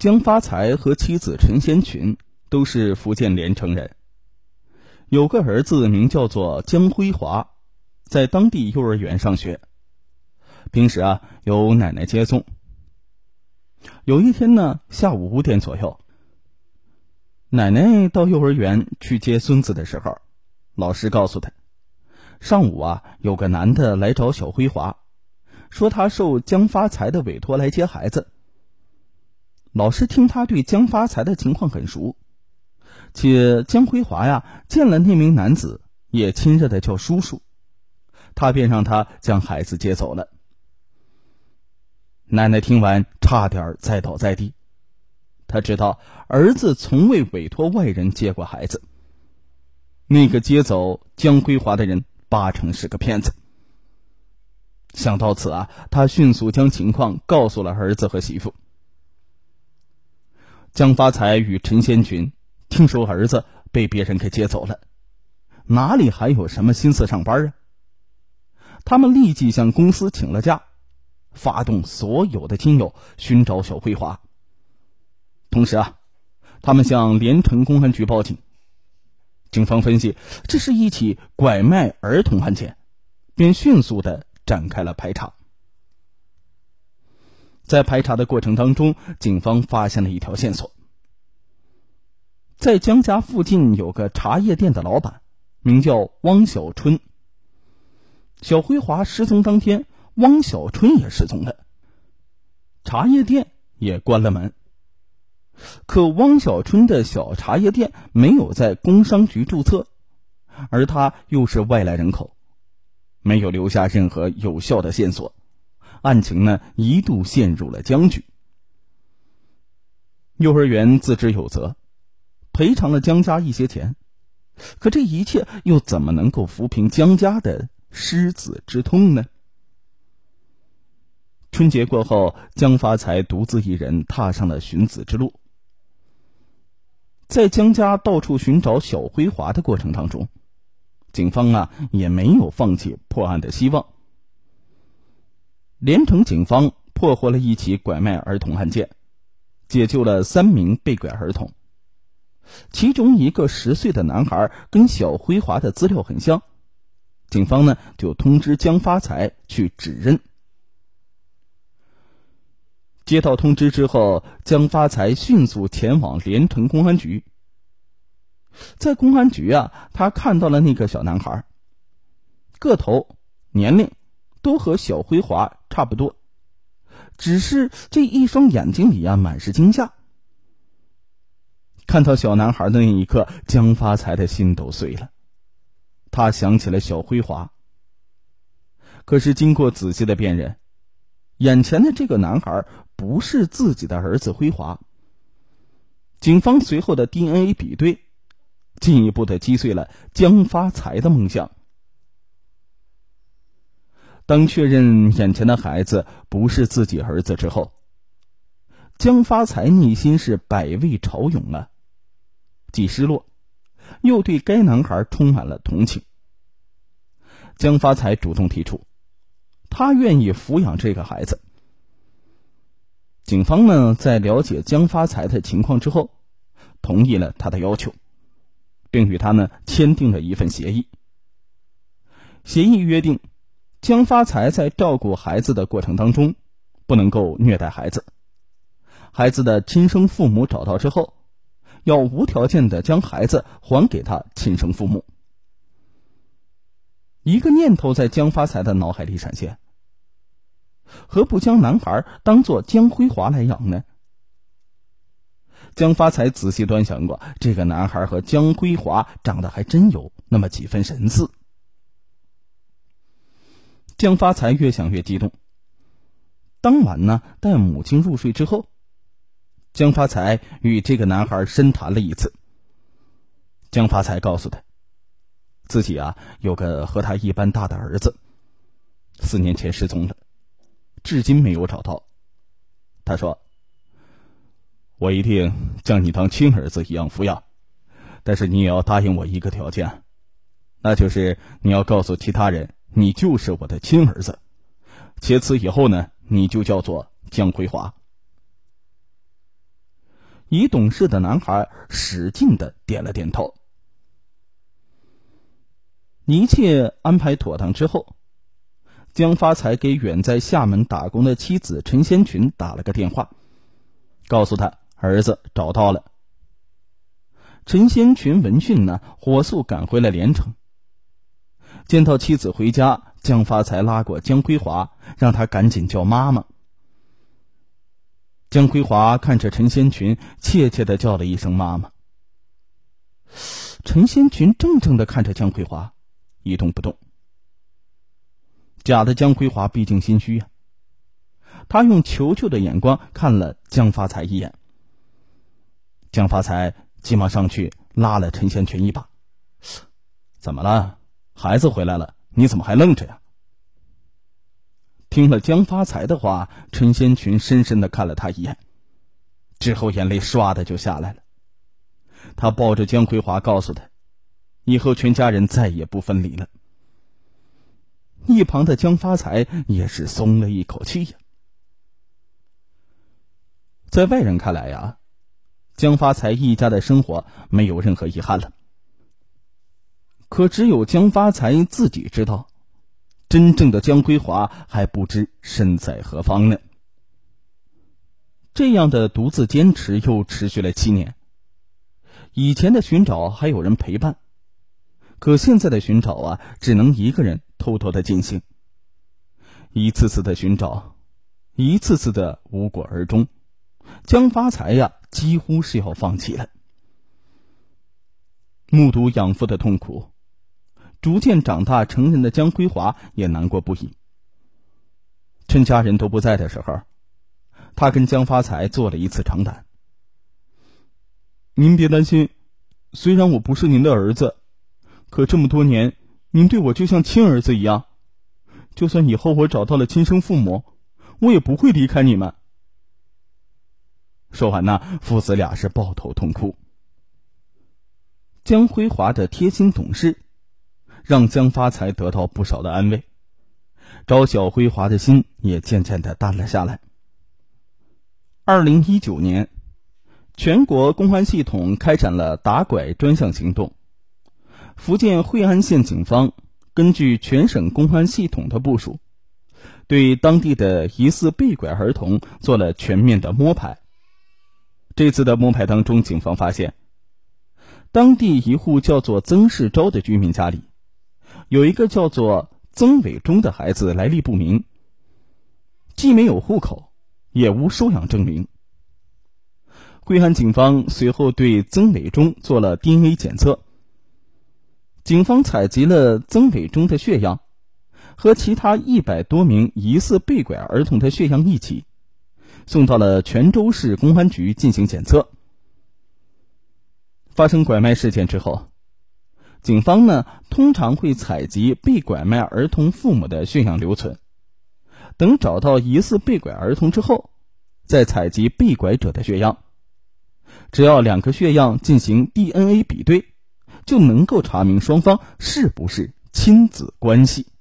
江发财和妻子陈先群都是福建连城人，有个儿子名叫做江辉华，在当地幼儿园上学，平时由奶奶接送。有一天呢，下午5点左右，奶奶到幼儿园去接孙子的时候，老师告诉他，上午有个男的来找小辉华，说他受江发财的委托来接孩子。老师听他对江发财的情况很熟，且江辉华见了那名男子也亲热的叫叔叔，他便让他将孩子接走了。奶奶听完差点栽倒在地，她知道儿子从未委托外人接过孩子，那个接走江辉华的人80%是个骗子。想到此他迅速将情况告诉了儿子和媳妇。江发财与陈先群听说儿子被别人给接走了，哪里还有什么心思上班他们立即向公司请了假，发动所有的亲友寻找小辉华。同时他们向连城公安局报警。警方分析这是一起拐卖儿童案件，便迅速地展开了排查。在排查的过程当中，警方发现了一条线索。在江家附近有个茶叶店的老板，名叫汪小春。小辉华失踪当天，汪小春也失踪了，茶叶店也关了门。可汪小春的小茶叶店没有在工商局注册，而他又是外来人口，没有留下任何有效的线索，案情呢一度陷入了僵局。幼儿园自知有责，赔偿了江家一些钱，可这一切又怎么能够抚平江家的失子之痛呢？春节过后，江发财独自一人踏上了寻子之路。在江家到处寻找小辉华的过程当中，警方也没有放弃破案的希望。连城警方破获了一起拐卖儿童案件，解救了3名被拐儿童，其中一个10岁的男孩跟小辉华的资料很像，警方呢就通知江发财去指认。接到通知之后，江发财迅速前往连城公安局。在公安局他看到了那个小男孩，个头、年龄都和小辉华差不多，只是这一双眼睛里满是惊吓。看到小男孩的那一刻，江发财的心都碎了，他想起了小辉华。可是经过仔细的辨认，眼前的这个男孩不是自己的儿子辉华。警方随后的 DNA 比对，进一步的击碎了江发财的梦想。当确认眼前的孩子不是自己儿子之后，江发财内心是百味潮涌既失落，又对该男孩充满了同情。江发财主动提出，他愿意抚养这个孩子。警方呢，在了解江发财的情况之后，同意了他的要求，并与他呢签订了一份协议。协议约定，江发财在照顾孩子的过程当中，不能够虐待孩子。孩子的亲生父母找到之后，要无条件的将孩子还给他亲生父母。一个念头在江发财的脑海里闪现，何不将男孩当作江辉华来养呢？江发财仔细端详过，这个男孩和江辉华长得还真有那么几分神似。江发财越想越激动。当晚呢，待母亲入睡之后，江发财与这个男孩深谈了一次。江发财告诉他，自己有个和他一般大的儿子，4年前失踪了，至今没有找到。他说，我一定将你当亲儿子一样抚养，但是你也要答应我一个条件，那就是你要告诉其他人你就是我的亲儿子，且此以后呢，你就叫做江辉华。 已懂事的男孩使劲地点了点头。一切安排妥当之后，江发财给远在厦门打工的妻子陈先群打了个电话，告诉他儿子找到了。陈先群闻讯呢，火速赶回了连城。见到妻子回家，江发财拉过江辉华，让他赶紧叫妈妈。江辉华看着陈先群，怯怯地叫了一声妈妈。陈先群怔怔地看着江辉华，一动不动。假的江辉华毕竟心虚啊，他用求救的眼光看了江发财一眼。江发财急忙上去拉了陈先群一把：“怎么了？孩子回来了，你怎么还愣着呀？”听了江发财的话，陈先群深深地看了他一眼，之后眼泪唰的就下来了。他抱着江辉华告诉他，以后全家人再也不分离了。一旁的江发财也是松了一口气呀。在外人看来呀，江发财一家的生活没有任何遗憾了。可只有江发财自己知道，真正的江辉华还不知身在何方呢。这样的独自坚持又持续了7年。以前的寻找还有人陪伴，可现在的寻找啊，只能一个人偷偷的进行。一次次的寻找，一次次的无果而终，江发财呀，几乎是要放弃了。目睹养父的痛苦，逐渐长大成人的江辉华也难过不已。趁家人都不在的时候，他跟江发财做了一次长谈。您别担心，虽然我不是您的儿子，可这么多年，您对我就像亲儿子一样。就算以后我找到了亲生父母，我也不会离开你们。说完呢，父子俩是抱头痛哭。江辉华的贴心懂事，让江发财得到不少的安慰，找小辉华的心也渐渐的淡了下来。2019年，全国公安系统开展了打拐专项行动。福建惠安县警方根据全省公安系统的部署，对当地的疑似被拐儿童做了全面的摸排。这次的摸排当中，警方发现，当地一户叫做曾世昭的居民家里，有一个叫做曾伟忠的孩子来历不明，既没有户口，也无收养证明。惠安警方随后对曾伟忠做了 DNA 检测，警方采集了曾伟忠的血样和其他100多名疑似被拐儿童的血样一起，送到了泉州市公安局进行检测。发生拐卖事件之后，警方呢通常会采集被拐卖儿童父母的血样留存，等找到疑似被拐儿童之后，再采集被拐者的血样。只要2个血样进行 DNA 比对，就能够查明双方是不是亲子关系。